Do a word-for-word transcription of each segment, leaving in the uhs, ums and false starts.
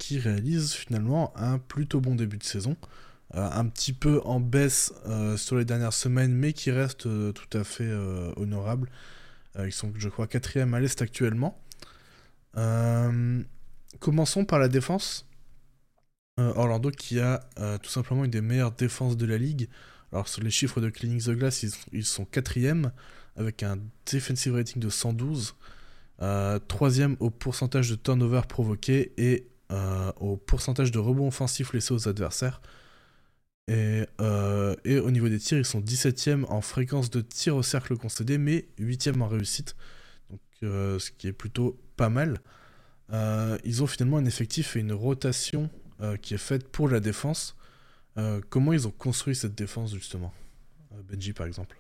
qui réalise finalement un plutôt bon début de saison. Euh, un petit peu en baisse euh, sur les dernières semaines, mais qui reste euh, tout à fait euh, honorable. Euh, ils sont, je crois, quatrième à l'Est actuellement. Euh, Commençons par la défense. Euh, Orlando qui a euh, tout simplement une des meilleures défenses de la ligue. Alors sur les chiffres de Cleaning the Glass, ils, ils sont quatrième avec un defensive rating de cent douze, euh, troisième au pourcentage de turnover provoqué et euh, au pourcentage de rebonds offensifs laissés aux adversaires. Et, euh, et au niveau des tirs, ils sont dix-septième en fréquence de tir au cercle concédé, mais huitième en réussite. Donc, euh, ce qui est plutôt pas mal. Euh, ils ont finalement un effectif et une rotation euh, qui est faite pour la défense. Euh, comment ils ont construit cette défense justement? Euh, Benji par exemple.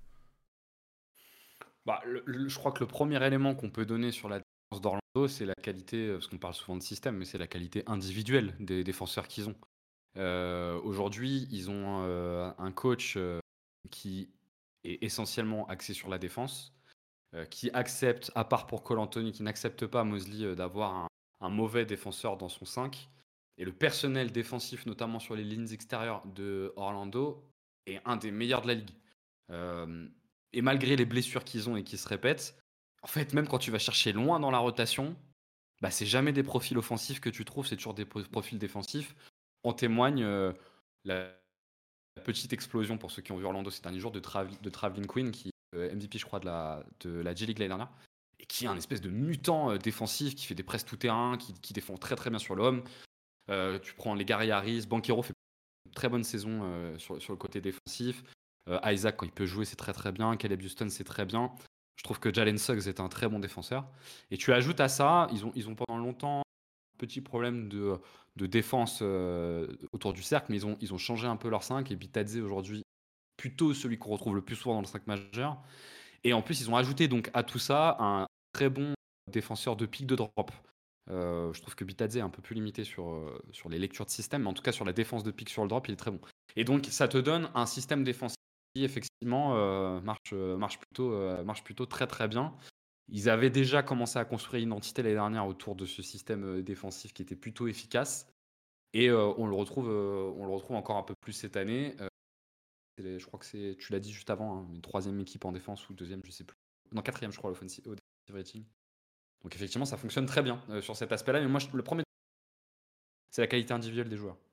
Bah, le- le- je crois que le premier élément qu'on peut donner sur la défense d'Orlando, c'est la qualité, euh, parce qu'on parle souvent de système, mais c'est la qualité individuelle des défenseurs qu'ils ont. Euh, aujourd'hui, ils ont euh, un coach euh, qui est essentiellement axé sur la défense, euh, qui accepte, à part pour Cole Anthony, qui n'accepte pas Mosley euh, d'avoir un, un mauvais défenseur dans son cinq. Et le personnel défensif, notamment sur les lignes extérieures de Orlando, est un des meilleurs de la ligue. Euh, et malgré les blessures qu'ils ont et qui se répètent, en fait, même quand tu vas chercher loin dans la rotation, bah, c'est jamais des profils offensifs que tu trouves, c'est toujours des po- profils défensifs. En témoigne euh, la petite explosion pour ceux qui ont vu Orlando ces derniers jours de, Travi- de Travlin Quinn, qui est euh, M V P, je crois, de la, de la G League l'année dernière, et qui est un espèce de mutant euh, défensif qui fait des presses tout-terrain, qui, qui défend très très bien sur l'homme. Euh, tu prends les Gary Harris, Banquero fait une très bonne saison euh, sur, sur le côté défensif. Euh, Isaac, quand il peut jouer, c'est très très bien. Caleb Houston, c'est très bien. Je trouve que Jalen Suggs est un très bon défenseur. Et tu ajoutes à ça, ils ont, ils ont pendant longtemps un petit problème de, de défense euh, autour du cercle, mais ils ont, ils ont changé un peu leur cinq. Et Bitadze aujourd'hui, plutôt celui qu'on retrouve le plus souvent dans le cinq majeur. Et en plus, ils ont ajouté donc à tout ça un très bon défenseur de pick de drop. Euh, je trouve que Bitadze est un peu plus limité sur, euh, sur les lectures de système, mais en tout cas sur la défense de pick sur le drop, il est très bon. Et donc, ça te donne un système défensif qui, effectivement, euh, marche, euh, marche, plutôt, euh, marche plutôt très très bien. Ils avaient déjà commencé à construire une identité l'année dernière autour de ce système euh, défensif qui était plutôt efficace. Et euh, on, le retrouve, euh, on le retrouve encore un peu plus cette année. Euh, c'est les- je crois que c'est, tu l'as dit juste avant, hein, une troisième équipe en défense ou deuxième, je sais plus. Non, quatrième, je crois, l'offensive au defensive rating. Donc effectivement, ça fonctionne très bien euh, sur cet aspect-là. Mais moi, je- le premier, c'est la qualité individuelle des joueurs.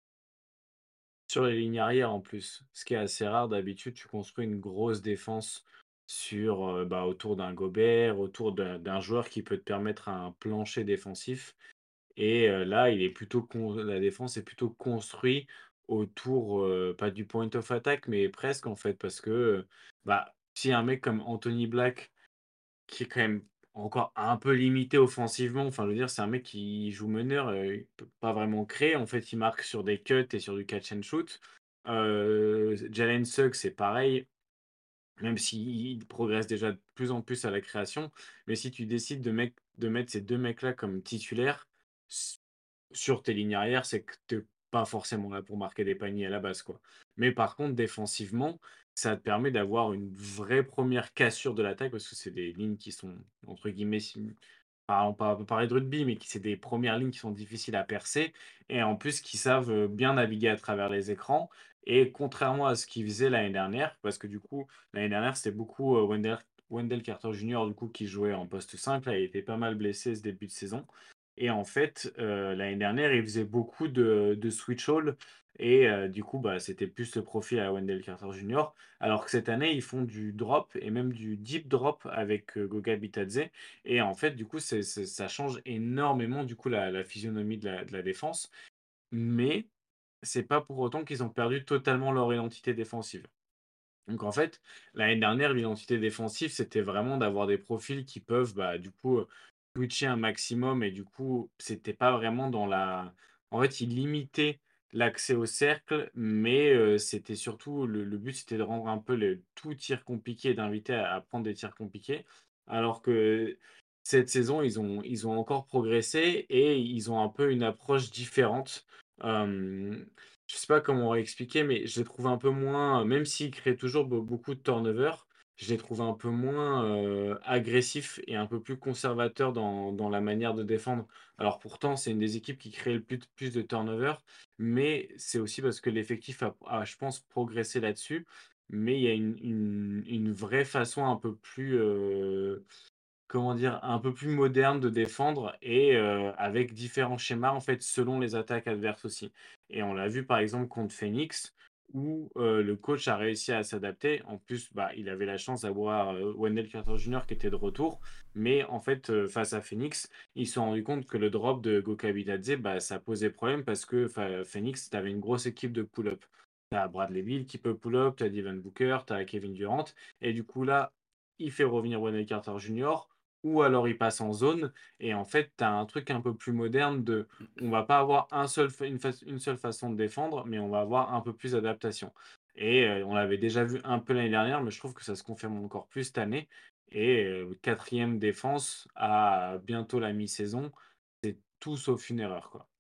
Sur les lignes arrière en plus, ce qui est assez rare d'habitude, tu construis une grosse défense sur, euh, bah, autour d'un Gobert, autour d'un d'un joueur qui peut te permettre un plancher défensif. Et euh, là, il est plutôt con- la défense est plutôt construite autour, euh, pas du point of attack, mais presque en fait, parce que euh, bah, si un mec comme Anthony Black qui est quand même encore un peu limité offensivement. Enfin, je veux dire, c'est un mec qui joue meneur, heu, il peut pas vraiment créer. En fait, il marque sur des cuts et sur du catch and shoot. Heu, Jalen Suggs, c'est pareil, même s'il progresse déjà de plus en plus à la création. Mais si tu décides de mec de mettre ces deux mecs-là comme titulaires sur tes lignes arrière, c'est que tu pas forcément là pour marquer des paniers à la base, quoi. Mais par contre, défensivement, ça te permet d'avoir une vraie première cassure de l'attaque parce que c'est des lignes qui sont, entre guillemets, sim- pas- on peut parler de rugby, mais qui c'est des premières lignes qui sont difficiles à percer et en plus qui savent euh, bien naviguer à travers les écrans. Et contrairement à ce qu'ils faisaient l'année dernière, parce que du coup, l'année dernière, c'était beaucoup euh, Wendell, Wendell Carter junior du coup, qui jouait en poste cinq. Là, il était pas mal blessé ce début de saison. Et en fait, heu, l'année dernière, il faisait beaucoup de de switch all et heu, du coup, bah, c'était plus le profil à Wendell Carter junior. Alors que cette année, ils font du drop et même du deep drop avec, heu, Goga Bitadze et en fait, du coup, c'est c'est ça change énormément, du coup, la la physionomie de la de la défense. Mais c'est pas pour autant qu'ils ont perdu totalement leur identité défensive. Donc en fait, l'année dernière, l'identité défensive, c'était vraiment d'avoir des profils qui peuvent, bah, du coup, heu, switcher un maximum et du coup, c'était pas vraiment dans la en fait, ils limitaient l'accès au cercle, mais heu, c'était surtout le le but, c'était de rendre un peu le tout tir compliqué, d'inviter à à prendre des tirs compliqués. Alors que cette saison, ils ont ils ont encore progressé et ils ont un peu une approche différente. Hem je sais pas comment expliquer, mais je les trouve un peu moins, même s'ils créent toujours beau beaucoup de turnover, je les trouve un peu moins euh, agressifs et un peu plus conservateurs dans, dans la manière de défendre. Alors pourtant, c'est une des équipes qui crée le plus, de- plus de turnover, mais c'est aussi parce que l'effectif a, a, je pense, progressé là-dessus. Mais il y a une, une, une vraie façon un peu plus, euh, comment dire? Un peu plus moderne de défendre et heu, avec différents schémas, en fait, selon les attaques adverses aussi. Et on l'a vu, par exemple, contre Phoenix où, heu, le coach a réussi à s'adapter. En plus, bah, il avait la chance d'avoir, heu, Wendell Carter junior qui était de retour. Mais en fait, heu, face à Phoenix, ils se sont rendus compte que le drop de Goga Bitadze, bah, ça posait problème parce que fa Phoenix, tu avais une grosse équipe de pull-up. Tu as Bradley Beal qui peut pull-up, tu as Devin Booker, tu as Kevin Durant et du coup là, il fait revenir Wendell Carter junior ou alors il passe en zone et en fait, tu as un truc un peu plus moderne de on va pas avoir un seul fa une faç une seule façon de défendre, mais on va avoir un peu plus d'adaptation et heu, on l'avait déjà vu un peu l'année dernière, mais je trouve que ça se confirme encore plus cette année et heu, quatrième défense à bientôt la mi-saison, c'est tout sauf une erreur, quoi.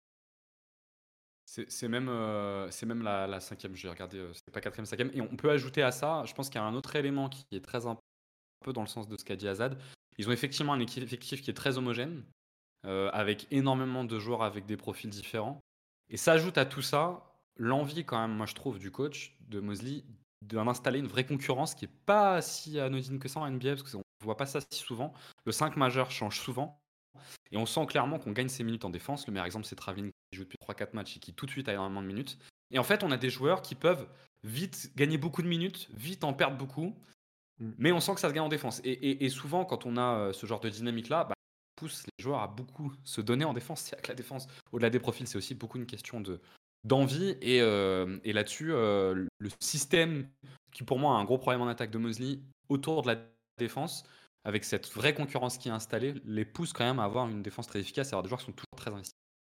C'est c'est même, heu, c'est même la la cinquième, j'ai regardé, heu, c'est pas quatrième, cinquième et on peut ajouter à ça, je pense qu'il y a un autre élément qui est très un peu dans le sens de ce qu'a dit Azad. Ils ont effectivement un équi effectif qui est très homogène, heu, avec énormément de joueurs avec des profils différents et s'ajoute à tout ça, l'envie quand même, moi je trouve, du coach, de Mosley, d'en installer une vraie concurrence qui est pas si anodine que ça en N B A, parce qu'on ne voit pas ça si souvent. Le cinq majeur change souvent et on sent clairement qu'on gagne ses minutes en défense. Le meilleur exemple, c'est Travin qui joue depuis trois quatre matchs et qui tout de suite a énormément de minutes. Et en fait, on a des joueurs qui peuvent vite gagner beaucoup de minutes, vite en perdre beaucoup, Mmh. mais on sent que ça se gagne en défense. Et, et- et souvent, quand on a euh, ce genre de dynamique-là, bah, on pousse les joueurs à beaucoup se donner en défense. C'est que la défense, au-delà des profils, c'est aussi beaucoup une question de d'envie. Et, euh, et là-dessus, euh, le système qui pour moi a un gros problème en attaque de Mosley autour de la défense, avec cette vraie concurrence qui est installée, les pousse quand même à avoir une défense très efficace et avoir des joueurs qui sont toujours très investis.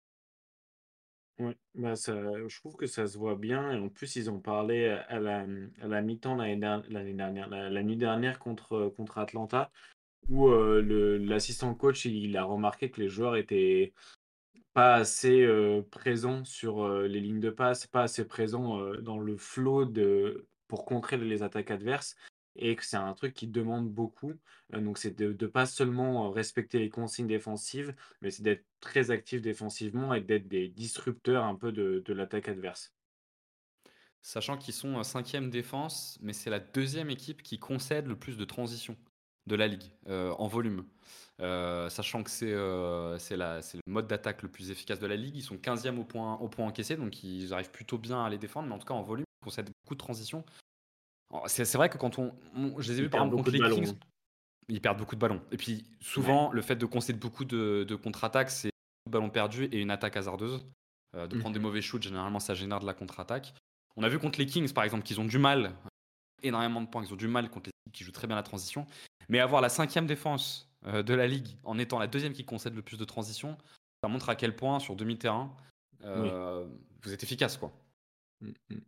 Ouais, bah, ça je trouve que ça se voit bien et en plus, ils ont parlé à la, mmh, à la mi-temps l'année der l'année dernière, la la nuit dernière contre, contre Atlanta où, heu, le l'assistant coach, il a remarqué que les joueurs étaient pas assez, heu, présent sur, heu, les lignes de passe, pas assez présent, heu, dans le flow de pour contrer les attaques adverses et que c'est un truc qui demande beaucoup. Heu, donc c'est de de pas seulement, heu, respecter les consignes défensives, mais c'est d'être très actif défensivement et d'être des disrupteurs un peu de de l'attaque adverse. Sachant qu'ils sont euh, cinquième défense, mais c'est la deuxième équipe qui concède le plus de transitions de la ligue euh, en volume. Euh, sachant que c'est euh, c'est la- c'est le mode d'attaque le plus efficace de la ligue. Ils sont quinzième au point, au point encaissé, donc ils arrivent plutôt bien à les défendre, mais en tout cas en volume, ils concèdent beaucoup de transitions. Alors, C'est c'est vrai que quand on, on- Je les ai vus Ils par perdent exemple beaucoup contre de les ballons, Kings, hein. ils perdent beaucoup de ballons. Et puis Ouais. souvent, le fait de concéder beaucoup de, de contre-attaques, c'est beaucoup de ballons perdus et une attaque hasardeuse. Euh, de prendre des Mmh. mauvais shoots, généralement ça génère de la contre-attaque. On a vu contre les Kings par exemple qu'ils ont du mal énormément de points. Ils ont du mal contre les équipes qui jouent très bien la transition. Mais avoir la cinquième défense euh, de la ligue en étant la deuxième qui concède le plus de transition, ça montre à quel point sur demi-terrain, Oui. euh, vous êtes efficace, quoi. Mmh mh.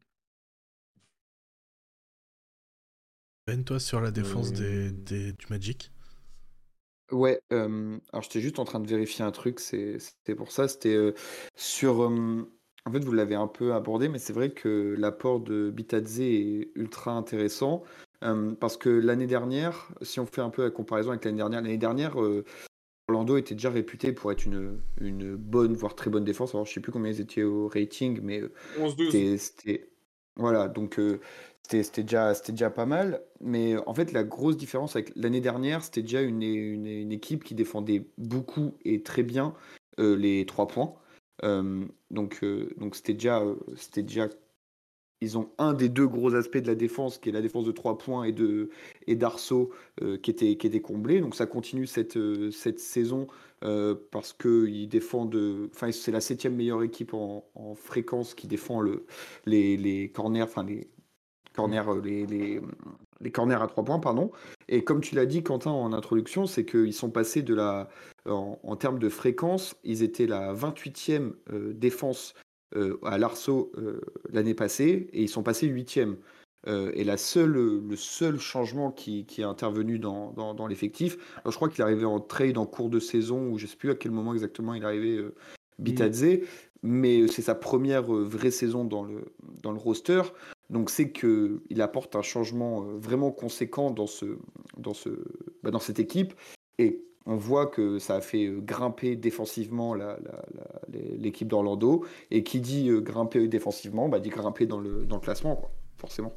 Ben, toi, sur la défense des, Hem, des- du Magic. Ouais, hem, alors j'étais juste en train de vérifier un truc, c'est c'était pour ça, c'était, heu, sur, hem, en fait, vous l'avez un peu abordé, mais c'est vrai que l'apport de Bitadze est ultra intéressant, hem, parce que l'année dernière, si on fait un peu la comparaison avec l'année dernière, l'année dernière, heu, Orlando était déjà réputé pour être une, une bonne, voire très bonne défense. Alors je sais plus combien ils étaient au rating, mais euh, onze douze. c'était, c'était, voilà, donc euh, c'était, c'était déjà, c'était déjà pas mal. Mais en fait, la grosse différence avec l'année dernière, c'était déjà une, une, une équipe qui défendait beaucoup et très bien euh, les trois points. Euh, donc, euh, donc c'était déjà, euh, c'était déjà ils ont un des deux gros aspects de la défense, qui est la défense de trois points et de et d'Arceau, euh, qui était qui était comblé. Donc ça continue cette euh, cette saison euh, parce que ils défendent. euh, Enfin, c'est la septième meilleure équipe en, en fréquence qui défend le les les corners, enfin les Mmh. corners, euh, les, les les corners à trois points, pardon. Et comme tu l'as dit, Quentin, en introduction, c'est qu'ils sont passés de la en, en termes de fréquence, ils étaient la vingt-huitième euh, défense euh, à l'Arceau euh, l'année passée et ils sont passés huitième. Euh, et la seule, le seul changement qui, qui est intervenu dans, dans, dans l'effectif, alors je crois qu'il est arrivé en trade en cours de saison, ou je ne sais plus à quel moment exactement il est arrivé, euh, Mmh. Bitadze, mais c'est sa première euh, vraie saison dans le, dans le roster. Donc c'est qu'il apporte un changement euh, vraiment conséquent dans, ce, dans, ce, bah, dans cette équipe. Et on voit que ça a fait euh, grimper défensivement la- la- la- les- l'équipe d'Orlando. Et qui dit euh, grimper défensivement, bah, dit grimper dans le, dans le classement, quoi, forcément.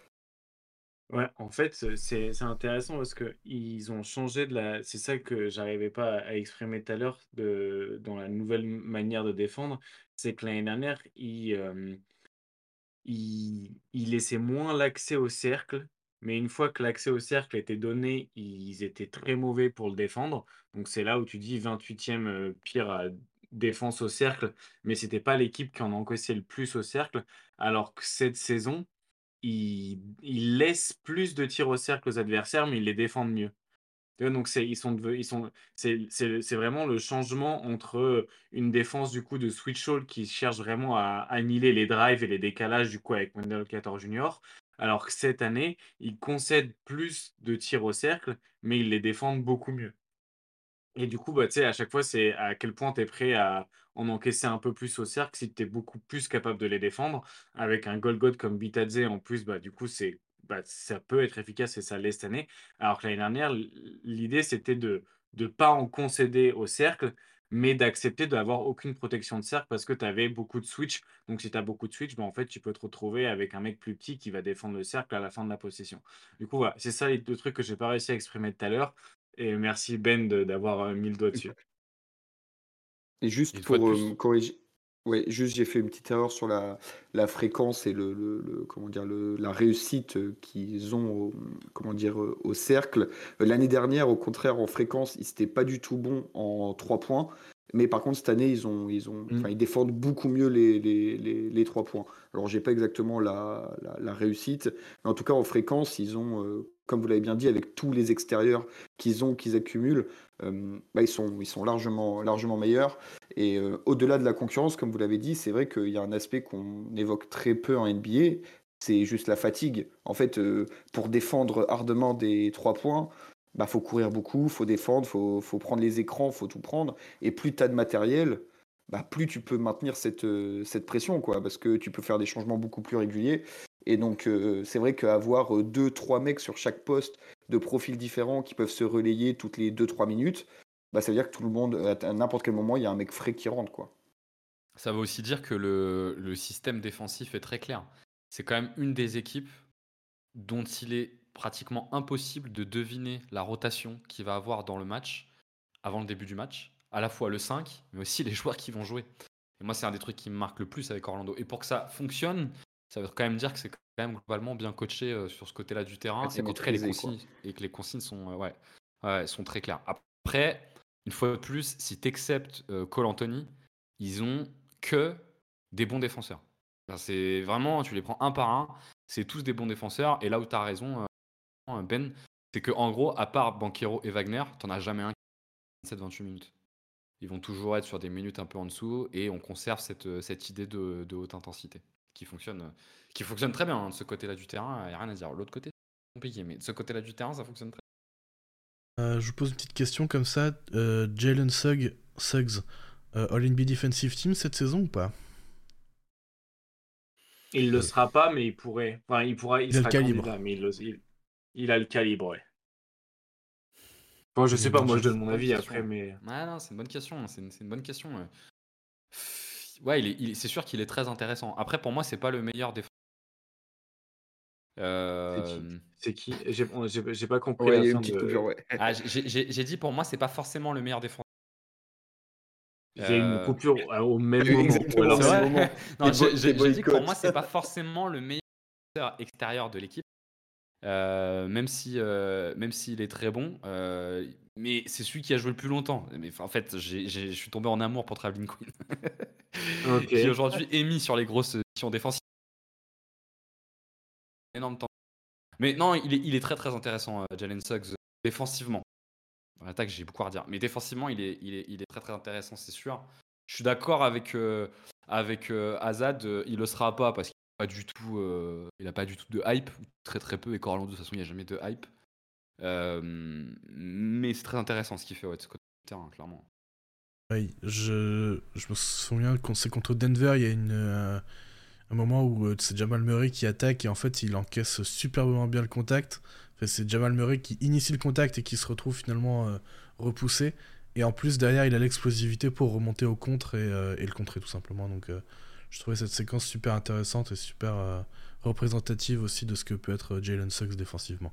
Ouais, en fait, c'est c'est intéressant parce que ils ont changé de la. C'est ça que j'arrivais pas à exprimer tout à l'heure de dans la nouvelle manière de défendre, c'est que l'année dernière, ils, euh, ils, ils laissaient moins l'accès au cercle, mais une fois que l'accès au cercle était donné, ils étaient très mauvais pour le défendre. Donc c'est là où tu dis vingt-huitième euh, pire à défense au cercle, mais c'était pas l'équipe qui en encaissait le plus au cercle, alors que cette saison ils, ils laissent plus de tirs au cercle aux adversaires, mais ils les défendent mieux. Tu vois, donc c'est ils sont deve- ils sont c'est c'est c'est vraiment le changement entre une défense du coup de switch all qui cherche vraiment à annihiler les drives et les décalages du coup avec Wendell Carter Junior, alors que cette année ils concèdent plus de tirs au cercle, mais ils les défendent beaucoup mieux. Et du coup, bah, tu sais, à chaque fois, c'est à quel point tu es prêt à en encaisser un peu plus au cercle si tu es beaucoup plus capable de les défendre. Avec un Golgot comme Bitadze, en plus, bah, du coup, c'est, bah, ça peut être efficace et ça l'est cette année. Alors que l'année dernière, l- l'idée, c'était de ne pas en concéder au cercle, mais d'accepter d'avoir aucune protection de cercle parce que tu avais beaucoup de switch. Donc, si tu as beaucoup de switch, bah, en fait, tu peux te retrouver avec un mec plus petit qui va défendre le cercle à la fin de la possession. Du coup, voilà, c'est ça les deux trucs que j'ai pas réussi à exprimer tout à l'heure. Et merci Ben de- d'avoir euh, mis le doigt dessus. Et Et juste une fois de pour plus, euh, corriger, ouais, juste j'ai fait une petite erreur sur la, la fréquence et le, le- le- comment dire, le, la réussite euh, qu'ils ont au, comment dire, euh, au cercle. Euh, L'année dernière, au contraire, en fréquence, ils n'étaient pas du tout bons en trois points. Mais par contre, cette année, ils ont, ils ont, enfin, Mm. ils défendent beaucoup mieux les, les, les, les trois points. Alors, j'ai pas exactement la, la, la réussite, mais en tout cas, en fréquence, ils ont, euh, comme vous l'avez bien dit, avec tous les extérieurs qu'ils ont, qu'ils accumulent, euh, bah, ils sont, ils sont largement, largement meilleurs. Et euh, au-delà de la concurrence, comme vous l'avez dit, c'est vrai qu'il y a un aspect qu'on évoque très peu en N B A, c'est juste la fatigue. En fait, euh, pour défendre ardemment des trois points, bah, faut courir beaucoup, faut défendre, faut, faut prendre les écrans, faut tout prendre. Et plus tu as de matériel, bah, plus tu peux maintenir cette, euh, cette pression, quoi, parce que tu peux faire des changements beaucoup plus réguliers. Et donc, euh, c'est vrai qu'avoir euh, deux, trois mecs sur chaque poste de profils différents qui peuvent se relayer toutes les deux, trois minutes, bah, ça veut dire que tout le monde, à n'importe quel moment, il y a un mec frais qui rentre, quoi. ça veut aussi dire que le, le système défensif est très clair. C'est quand même une des équipes dont il est pratiquement impossible de deviner la rotation qu'il va avoir dans le match avant le début du match, à la fois le cinq, mais aussi les joueurs qui vont jouer. Et moi, c'est un des trucs qui me marque le plus avec Orlando. Et pour que ça fonctionne, ça veut quand même dire que c'est quand même globalement bien coaché euh, sur ce côté-là du En fait, terrain c'est et qu'après les maîtrisé, quoi. consignes et que les consignes sont euh, ouais, ouais, sont très claires. Après, une fois de plus, si tu acceptes Cole Anthony, ils ont que des bons défenseurs. Enfin, c'est vraiment, tu les prends un par un, c'est tous des bons défenseurs. Et là où tu as raison, euh, Ben, c'est que en gros, à part Banchero et Wagner, t'en as jamais un qui fait vingt-sept vingt-huit minutes. Ils vont toujours être sur des minutes un peu en dessous et on conserve cette, euh, cette idée de, de haute intensité qui fonctionne, euh, qui fonctionne très bien hein, de ce côté-là du terrain. Il n'y a rien à dire. L'autre côté, c'est compliqué, mais de ce côté-là du terrain, ça fonctionne très Euh, je vous pose une petite question comme ça. Euh, Jalen Suggs, Suggs euh, All-N B Defensive Team cette saison ou pas? Il le sera pas, mais il pourrait. Enfin, il pourra, il Il a le sera calibre. candidat, mais il, le- il, il a le calibre, ouais. Bon, je Il a sais une pas, bonne moi je chance. donne C'est mon une bonne avis après, question. mais. Ouais, non, c'est une bonne question. C'est une, c'est une bonne question. ouais. Ouais, il est, il- c'est sûr qu'il est très intéressant. Après, pour moi, c'est pas le meilleur défenseur. C'est qui? Euh, C'est qui? J'ai on- j'ai- j'ai pas compris Ouais, il la y a eu une fin petite coupure, de. ouais. ah, j'ai, j'ai- j'ai dit pour moi, c'est pas forcément le meilleur défenseur. J'ai eu une Euh, coupure au au même moment. Ou Exactement au alors c'est même c'est. vrai? moment. Non, T'es j'ai, boy- t'es j'ai- j'ai dit que pour boycott. moi, c'est pas forcément le meilleur défenseur extérieur de l'équipe. Euh, même si, euh, même s'il est très bon, euh, mais c'est celui qui a joué le plus longtemps. Mais enfin, en fait, j'ai- j'ai- je suis tombé en amour pour Traveling Queen, qui Ok. aujourd'hui est mis sur les grosses missions défensives. Énorme temps. Mais non, il est, il est très très intéressant, euh, Jalen Suggs, euh, défensivement. En attaque, j'ai beaucoup à redire. Mais défensivement, il est, il est, il est très très intéressant, c'est sûr. Je suis d'accord avec, euh, avec euh, Azad, euh, il le sera pas parce qu'il n'a pas du tout, euh, il a pas du tout de hype, ou très très peu. Et Corlando, de toute façon, il n'y a jamais de hype. Euh, mais c'est très intéressant ce qu'il fait ouais, de ce côté du terrain, clairement. Oui, je, je me souviens quand c'est contre Denver, il y a une, euh, un moment où euh, c'est Jamal Murray qui attaque et en fait il encaisse superbement bien le contact. Enfin, c'est Jamal Murray qui initie le contact et qui se retrouve finalement euh, repoussé. Et en plus derrière il a l'explosivité pour remonter au contre et, euh, et le contrer tout simplement. Donc euh, je trouvais cette séquence super intéressante et super euh, représentative aussi de ce que peut être Jalen Suggs défensivement.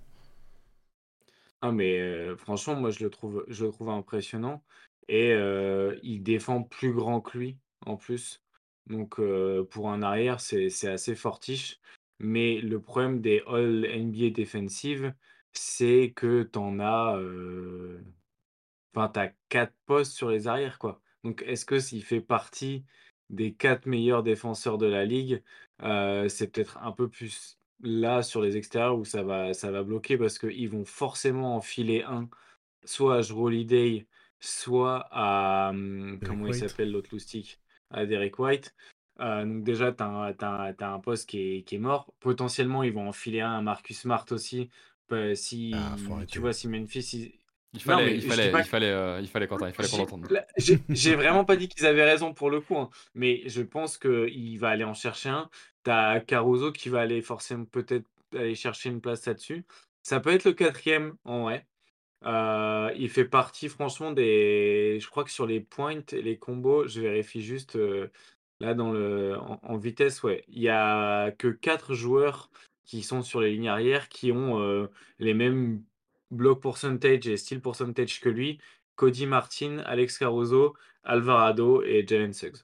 Ah mais heu, franchement, moi je le trouve je le trouve impressionnant et heu, il défend plus grand que lui, en plus. Donc heu, pour un arrière, c'est c'est assez fortiche. Mais le problème des All N B A Defensive, c'est que tu en as, heu, enfin, tu as quatre postes sur les arrières, quoi. Donc est-ce que s'il fait partie des quatre meilleurs défenseurs de la ligue, heu, c'est peut-être un peu plus là, sur les extérieurs, où ça va ça va bloquer parce qu'ils vont forcément enfiler un soit à Jrue Holiday, soit à, mmh, Derek comment il White. s'appelle l'autre loustic? À Derrick White. Heu, donc déjà tu as un tu as tu as un poste qui est qui est mort. Potentiellement, ils vont enfiler un à Marcus Smart aussi, bah, Ah, faut si tu arrêter. vois, si Memphis ils Il non, fallait, il mais je dis fallait, pas il fallait, euh, il fallait Quentin, il fallait qu'on j'ai l'entende. là, j'ai j'ai vraiment pas dit qu'ils avaient raison pour le coup, hein, mais je pense qu'il va aller en chercher un. Tu as Caruso qui va aller forcément peut-être aller chercher une place là-dessus. Ça peut être le quatrième en vrai. Heu, il fait partie franchement des je crois que sur les points et les combos, je vérifie juste, heu, là dans le en en vitesse, ouais, il y a que quatre joueurs qui sont sur les lignes arrières qui ont, heu, les mêmes block percentage et steal percentage que lui: Cody Martin, Alex Caruso, Alvarado et Jalen Suggs.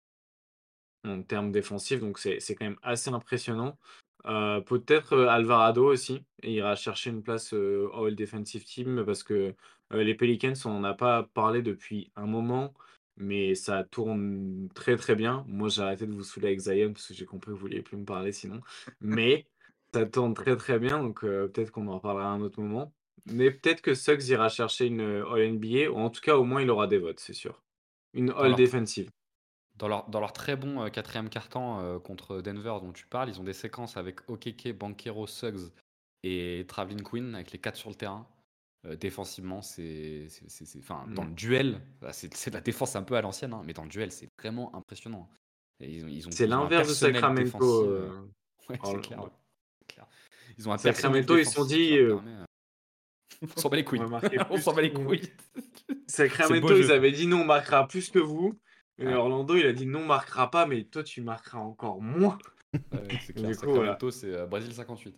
En termes défensifs, donc c'est c'est quand même assez impressionnant. Heu, peut-être, heu, Alvarado aussi, et ira chercher une place, heu, All Defensive Team parce que, heu, les Pelicans, on en a pas parlé depuis un moment, mais ça tourne très, très bien. Moi, j'ai arrêté de vous saouler avec Zion parce que j'ai compris que vous vouliez plus me parler sinon, mais ça tourne très, très bien, donc heu, peut-être qu'on en reparlera à un autre moment. Mais peut-être que Suggs ira chercher une, heu, All N B A, ou en tout cas, au moins, il aura des votes, c'est sûr. Une Dans All leur, tr- Defensive. dans leur, dans leur très bon euh, quatrième quart-temps euh, contre Denver dont tu parles, ils ont des séquences avec Okeke, Banchero, Suggs et Travlin Quinn avec les quatre sur le terrain. Euh, défensivement, c'est, c'est, c'est- c'est- enfin, dans Mmh. le duel, bah, c'est, c'est de la défense un peu à l'ancienne, hein, mais dans le duel, c'est vraiment impressionnant. Et Ils ont, ils ont, C'est ils ont un l'inverse de personnel Sacramento, défensif. euh, heu, Ouais, c'est parle clair, ouais. ouais, c'est clair. Ils ont un personnel Sacramento, ils se sont défensif qui dit, leur heu: permet. euh, On s'en bat les «On va couilles. marquer On s'en plus bat les on couilles. C'est le beau Sacramento, ils jeu. avaient dit: «Nous, on marquera plus que vous», et Ouais, Orlando, il a dit: «Nous, on marquera pas, mais toi, tu marqueras encore moins». ouais, c'est clair. Du coup, voilà. Sacramento, c'est euh, Brésil cinquante-huit.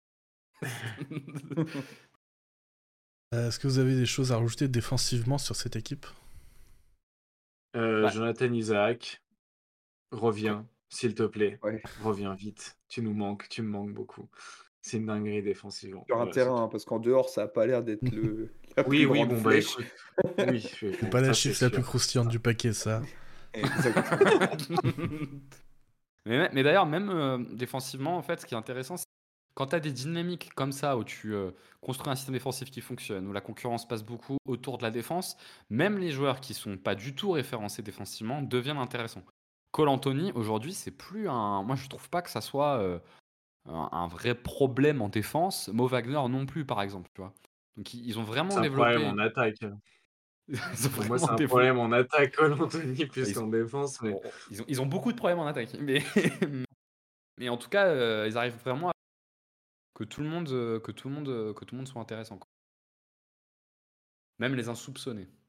Euh, Est-ce que vous avez des choses à rajouter défensivement sur cette équipe? Heu, Bah, Jonathan Isaac, co- reviens, s'il te plaît. Ouais, Reviens vite. Tu nous manques, tu me manques beaucoup. C'est une dinguerie défensivement. sur un Voilà, c'est terrain, tout. hein, parce qu'en dehors, ça a pas l'air d'être le la Oui, plus oui, grande bon, bah, flèche. écoute, oui, oui, C'est bon, pas la ça, c'est chiffre la plus sûr. croustillante du paquet, ça. Exactement. mais, mais d'ailleurs, même euh, défensivement, en fait, ce qui est intéressant, c'est quand tu as des dynamiques comme ça, où tu euh, construis un système défensif qui fonctionne, où la concurrence passe beaucoup autour de la défense, même les joueurs qui sont pas du tout référencés défensivement deviennent intéressants. Cole Anthony, aujourd'hui, c'est plus un. Moi, je trouve pas que ça soit euh, un, un vrai problème en défense. Mo Wagner non plus, par exemple. Tu vois. Donc, ils ils ont vraiment C'est un problème développé. en attaque. Ils ont Pour moi, vraiment c'est un développé. problème en attaque, Cole Anthony, plus Ils, qu'en défense, mais bon, ils ont, ils ont beaucoup de problèmes en attaque. Mais, mais en tout cas, euh, ils arrivent vraiment à que tout le monde, euh, que tout le monde, euh, que tout le monde soit intéressant, quoi. Même les insoupçonnés.